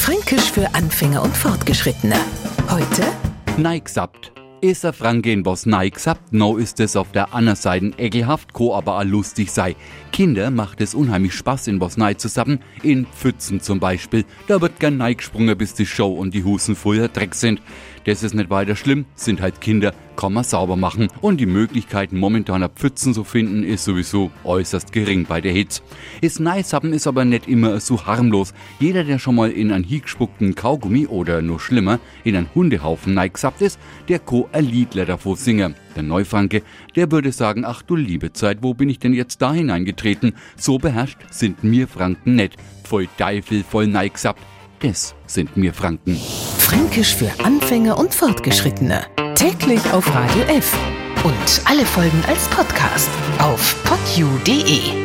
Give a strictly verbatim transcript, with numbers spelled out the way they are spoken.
Fränkisch für Anfänger und Fortgeschrittene. Heute Neigsappt. Ist ein Franken, was neigsappt, no ist es auf der anderen Seite ekelhaft, ko aber auch lustig sei. Kinder macht es unheimlich Spaß, in was nei zu sappen, in Pfützen zum Beispiel. Da wird gern neigesprungen, bis die Show und die Husen voller Dreck sind. Das ist nicht weiter schlimm, sind halt Kinder, kann man sauber machen. Und die Möglichkeiten, momentaner Pfützen zu finden, ist sowieso äußerst gering bei der Hitze. Das Neisappen ist aber nicht immer so harmlos. Jeder, der schon mal in einen hingespuckten Kaugummi oder noch schlimmer, in einen Hundehaufen neigesappt ist, der ko ein Liedler davor singen. Der Neufranke, der würde sagen, ach du liebe Zeit, wo bin ich denn jetzt da hineingetreten? So beherrscht sind mir Franken nicht. Voll Teufel, voll neigesappt, das sind mir Franken. Fränkisch für Anfänger und Fortgeschrittene. Täglich auf Radio F. Und alle Folgen als Podcast auf podu punkt de.